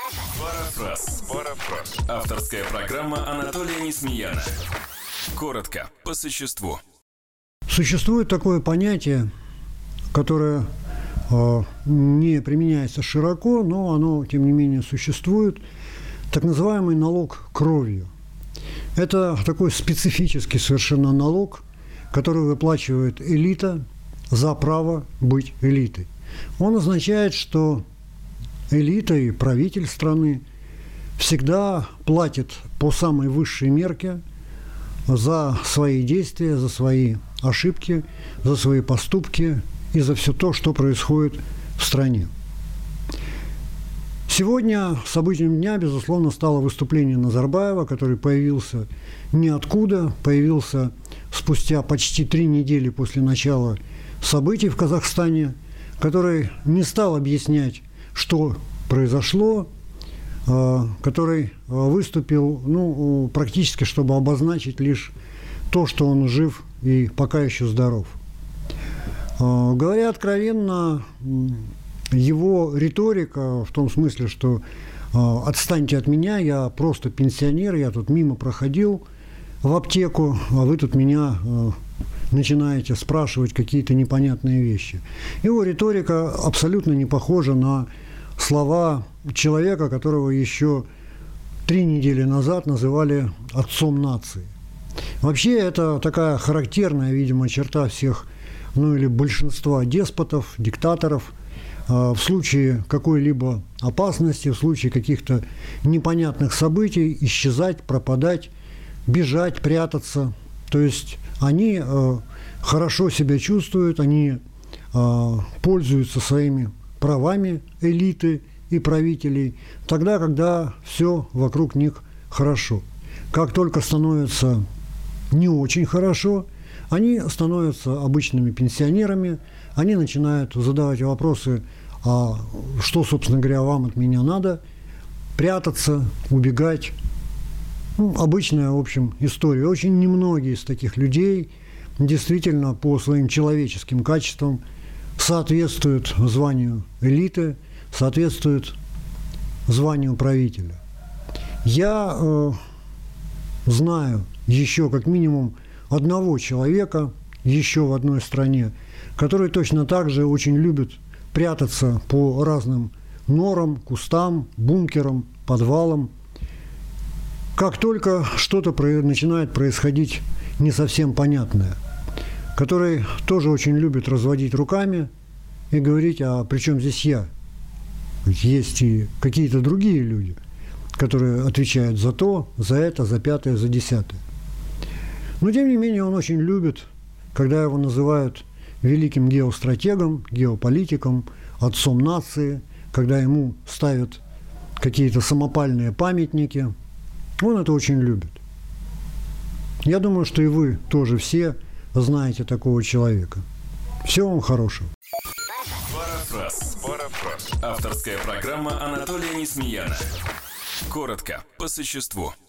Парафраз. Авторская программа Анатолия Несмеяна. Коротко, по существу. Существует такое понятие, которое не применяется широко, но оно, тем не менее, существует. Так называемый налог кровью. Это такой специфический совершенно налог, который выплачивает элита за право быть элитой. Он означает, что элита и правитель страны всегда платит по самой высшей мерке за свои действия, за свои ошибки, за свои поступки и за все то, что происходит в стране. Сегодня событием дня, безусловно, стало выступление Назарбаева, который появился ниоткуда, появился спустя почти 3 недели после начала событий в Казахстане, который не стал объяснять, что произошло, который выступил, практически, чтобы обозначить лишь то, что он жив и пока еще здоров. Говоря откровенно, его риторика в том смысле, что отстаньте от меня, я просто пенсионер, я тут мимо проходил в аптеку, а вы тут меня начинаете спрашивать какие-то непонятные вещи. Его риторика абсолютно не похожа на слова человека, которого еще 3 недели назад называли отцом нации. Вообще это такая характерная, видимо, черта всех, или большинства деспотов, диктаторов. В случае какой-либо опасности, в случае каких-то непонятных событий исчезать, пропадать, бежать, прятаться. То есть они хорошо себя чувствуют, они пользуются своими правами элиты и правителей тогда, когда все вокруг них хорошо. Как только становится не очень хорошо, они становятся обычными пенсионерами, они начинают задавать вопросы, а что, собственно говоря, вам от меня надо, прятаться, убегать. Обычная, в общем, история. Очень немногие из таких людей действительно по своим человеческим качествам соответствуют званию элиты, соответствуют званию правителя. Я знаю еще как минимум одного человека еще в одной стране, который точно так же очень любит прятаться по разным норам, кустам, бункерам, подвалам. Как только что-то начинает происходить не совсем понятное, который тоже очень любит разводить руками и говорить, а при чем здесь я? Ведь есть и какие-то другие люди, которые отвечают за то, за это, за пятое, за десятое. Но, тем не менее, он очень любит, когда его называют великим геостратегом, геополитиком, отцом нации, когда ему ставят какие-то самопальные памятники. Он это очень любит. Я думаю, что и вы тоже все знаете такого человека. Всего вам хорошего. Парафраз. Авторская программа Анатолия Несмеяна. Коротко, по существу.